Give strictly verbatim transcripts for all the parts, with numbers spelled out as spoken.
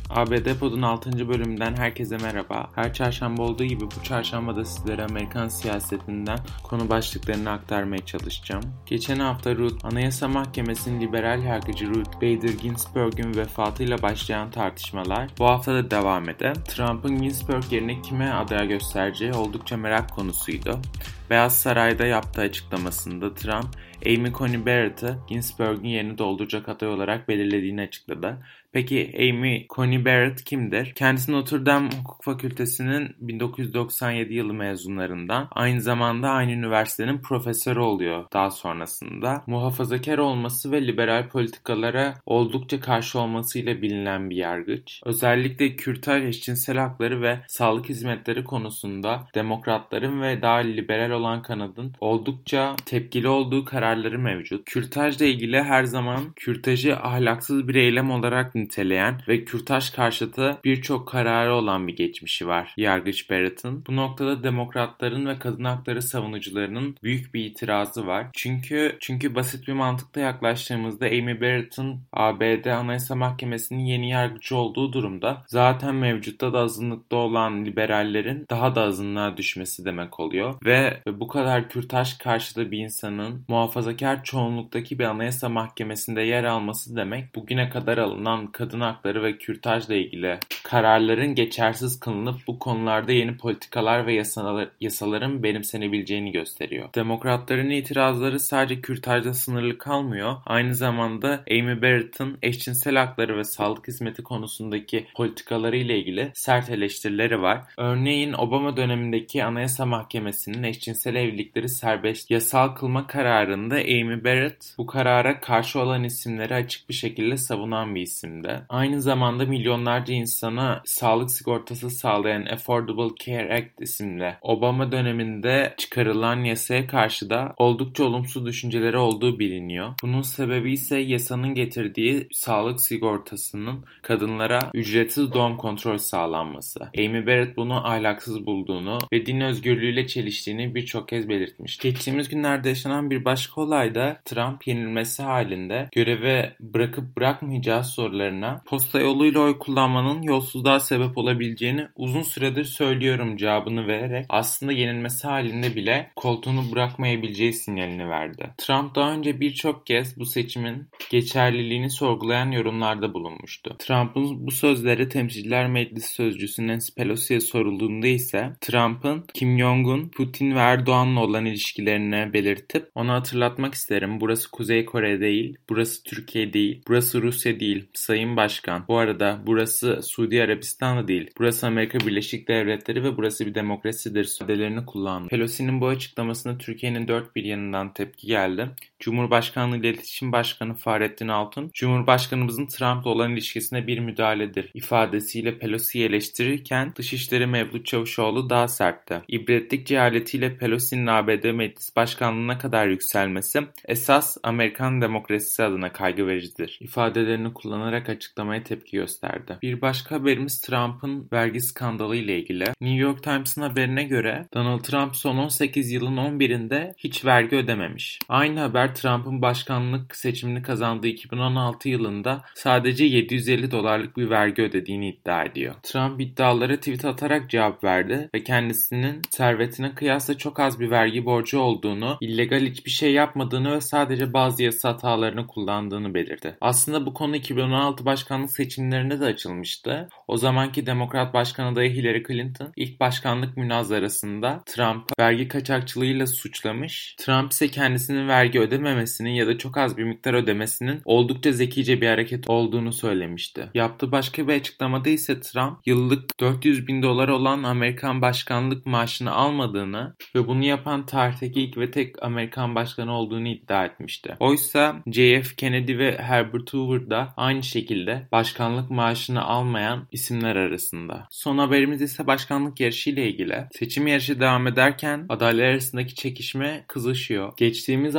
A B D Pod'un altıncı bölümünden herkese merhaba. Her çarşamba olduğu gibi bu çarşamba da sizlere Amerikan siyasetinden konu başlıklarını aktarmaya çalışacağım. Geçen hafta Ruth, Anayasa Mahkemesi'nin liberal yargıcı Ruth Bader Ginsburg'un vefatıyla başlayan tartışmalar bu hafta da devam eder. Trump'ın Ginsburg yerine kime aday göstereceği oldukça merak konusuydu. Beyaz Saray'da yaptığı açıklamasında Trump, Amy Coney Barrett'ı Ginsburg'un yerini dolduracak aday olarak belirlediğini açıkladı. Peki Amy Coney Barrett kimdir? Kendisi Notre Dame Hukuk Fakültesi'nin bin dokuz yüz doksan yedi yılı mezunlarından, aynı zamanda aynı üniversitenin profesörü oluyor daha sonrasında. Muhafazakar olması ve liberal politikalara oldukça karşı olmasıyla bilinen bir yargıç. Özellikle kürtaj, eşcinsel hakları ve sağlık hizmetleri konusunda demokratların ve daha liberal olan kanadın oldukça tepkili olduğu kararları mevcut. Kürtajla ilgili her zaman kürtajı ahlaksız bir eylem olarak niteleyen ve kürtaj karşıtı birçok kararı olan bir geçmişi var Yargıç Barrett'ın. Bu noktada demokratların ve kadın hakları savunucularının büyük bir itirazı var. Çünkü çünkü basit bir mantıkla yaklaştığımızda Amy Barrett'ın A B D Anayasa Mahkemesi'nin yeni yargıcı olduğu durumda zaten mevcutta da azınlıkta olan liberallerin daha da azınlığa düşmesi demek oluyor. Ve bu kadar kürtaj karşıtı bir insanın muhafazakar çoğunluktaki bir anayasa mahkemesinde yer alması demek bugüne kadar alınan kadın hakları ve kürtajla ilgili kararların geçersiz kılınıp bu konularda yeni politikalar ve yasalar, yasaların benimsenebileceğini gösteriyor. Demokratların itirazları sadece kürtajda sınırlı kalmıyor. Aynı zamanda Amy Barrett'ın eşcinsel hakları ve sağlık hizmeti konusundaki politikaları ile ilgili sert eleştirileri var. Örneğin Obama dönemindeki Anayasa Mahkemesi'nin eşcinsel evlilikleri serbest yasal kılma kararında Amy Barrett bu karara karşı olan isimleri açık bir şekilde savunan bir isimdi. Aynı zamanda milyonlarca insana sağlık sigortası sağlayan Affordable Care Act isimli Obama döneminde çıkarılan yasaya karşı da oldukça olumsuz düşünceleri olduğu biliniyor. Bunun sebebi ise yasanın getirdiği sağlık sigortasının kadınlara ücretsiz doğum kontrol sağlanması. Amy Barrett bunu ahlaksız bulduğunu ve din özgürlüğüyle çeliştiğini birçok kez belirtmiş. Geçtiğimiz günlerde yaşanan bir başka olay da Trump yenilmesi halinde göreve bırakıp bırakmayacağı sorularına posta yoluyla oy kullanmanın yolsuzluğa sebep olabileceğini uzun süredir söylüyorum cevabını vererek aslında yenilmesi halinde bile koltuğunu bırakmayabileceği sinyalini verdi. Trump daha önce birçok kez bu seçimin geçerliliğini sorgulayan yorumlarda bulunmuştu. Trump'ın bu sözleri Temsilciler Meclisi Sözcüsü Nancy Pelosi'ye sorulduğunda ise Trump'ın Kim Jong-un, Putin ve Erdoğan'la olan ilişkilerini belirtip ona hatırlatmak isterim. Burası Kuzey Kore değil, burası Türkiye değil, burası Rusya değil, Sayın Başkan. Bu arada burası Suudi Arabistan da değil, burası Amerika Birleşik Devletleri ve burası bir demokrasidir ifadelerini kullandı. Pelosi'nin bu açıklamasına Türkiye'nin dört bir yanından tepki geldi. Cumhurbaşkanlığı İletişim Başkanı Fahrettin Altun, Cumhurbaşkanımızın Trump'la olan ilişkisine bir müdahaledir ifadesiyle Pelosi'yi eleştirirken Dışişleri Mevlüt Çavuşoğlu daha sertti. İbretlik cehaletiyle Pelosi'nin A B D Meclis Başkanlığı'na kadar yükselmesi esas Amerikan demokrasisi adına kaygı vericidir ifadelerini kullanarak açıklamaya tepki gösterdi. Bir başka haberimiz Trump'ın vergi skandalı ile ilgili. New York Times'ın haberine göre Donald Trump son on sekiz yılın on birinde hiç vergi ödememiş. Aynı haber Trump'ın başkanlık seçimini kazandığı iki bin on altı yılında sadece yedi yüz elli dolarlık bir vergi ödediğini iddia ediyor. Trump iddialara tweet atarak cevap verdi ve kendisinin servetine kıyasla çok az bir vergi borcu olduğunu, illegal hiçbir şey yapmadığını ve sadece bazı yasa hatalarını kullandığını belirtti. Aslında bu konu iki bin on altı başkanlık seçimlerinde de açılmıştı. O zamanki Demokrat Başkan adayı Hillary Clinton ilk başkanlık münazarasında Trump'ı vergi kaçakçılığıyla suçlamış. Trump ise kendisinin vergi ödememesinin ya da çok az bir miktar ödemesinin oldukça zekice bir hareket olduğunu söylemişti. Yaptığı başka bir açıklamada ise Trump yıllık dört yüz bin dolar olan Amerikan başkanlık maaşını almadığını ve bunu yapan tarihteki ilk ve tek Amerikan başkanı olduğunu iddia etmişti. Oysa J F Kennedy ve Herbert Hoover da aynı şekilde başkanlık maaşını almayan isimler arasında. Son haberimiz ise başkanlık yarışı ile ilgili. Seçim yarışı devam ederken adaylar arasındaki çekişme kızışıyor. Geçtiğimiz hafta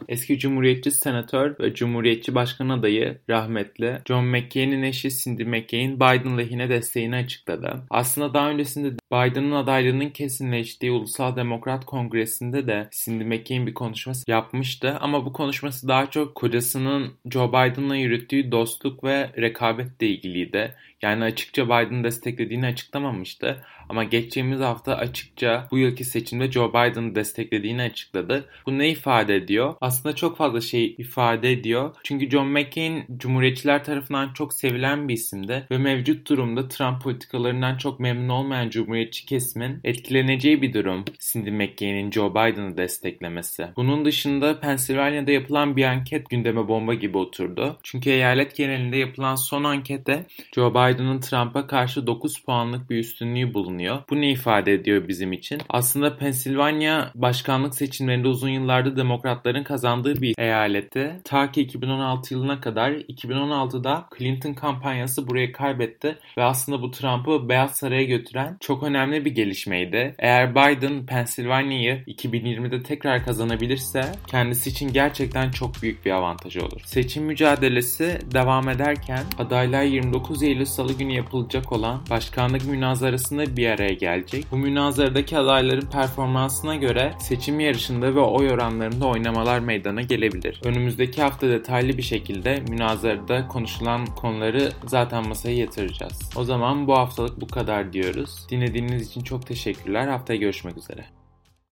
eski Cumhuriyetçi senatör ve Cumhuriyetçi başkan adayı rahmetli John McCain'in eşi Cindy McCain Biden lehine desteğini açıkladı. Aslında daha öncesinde Biden'ın adaylığının kesinleştiği Ulusal Demokrat Kongresi'nde de Cindy McCain bir konuşma yapmıştı ama bu konuşması daha çok kocasının Joe Biden'la yürüttüğü dostluk ve rekabetle ilgiliydi. Yani açıkça Biden'ı desteklediğini açıklamamıştı ama geçtiğimiz hafta açıkça bu yılki seçimde Joe Biden'ı desteklediğini açıkladı. Bu ne ifade ediyor? Aslında çok fazla şey ifade ediyor. Çünkü John McCain Cumhuriyetçiler tarafından çok sevilen bir isimdi ve mevcut durumda Trump politikalarından çok memnun olmayan Cumhuriyetçi kesimin etkileneceği bir durum Cindy McCain'in Joe Biden'ı desteklemesi. Bunun dışında Pennsylvania'da yapılan bir anket gündeme bomba gibi oturdu. Çünkü eyalet genelinde yapılan son ankette Joe Biden'ın Trump'a karşı dokuz puanlık bir üstünlüğü bulunuyor. Bu ne ifade ediyor bizim için? Aslında Pennsylvania başkanlık seçimlerinde uzun yıllardır demokratların kazandığı bir eyaleti. Ta ki iki bin on altı yılına kadar iki bin on altıda Clinton kampanyası burayı kaybetti ve aslında bu Trump'ı Beyaz Saray'a götüren çok önemli bir gelişmeydi. Eğer Biden Pennsylvania'yı iki bin yirmide tekrar kazanabilirse kendisi için gerçekten çok büyük bir avantaj olur. Seçim mücadelesi devam ederken adaylar yirmi dokuz Eylül Salı günü yapılacak olan başkanlık münazarasında bir araya gelecek. Bu münazaradaki adayların performansına göre seçim yarışında ve oy oranlarında oynamalar meydana gelebilir. Önümüzdeki hafta detaylı bir şekilde münazarada konuşulan konuları zaten masaya yatıracağız. O zaman bu haftalık bu kadar diyoruz. Dinlediğiniz için çok teşekkürler. Haftaya görüşmek üzere.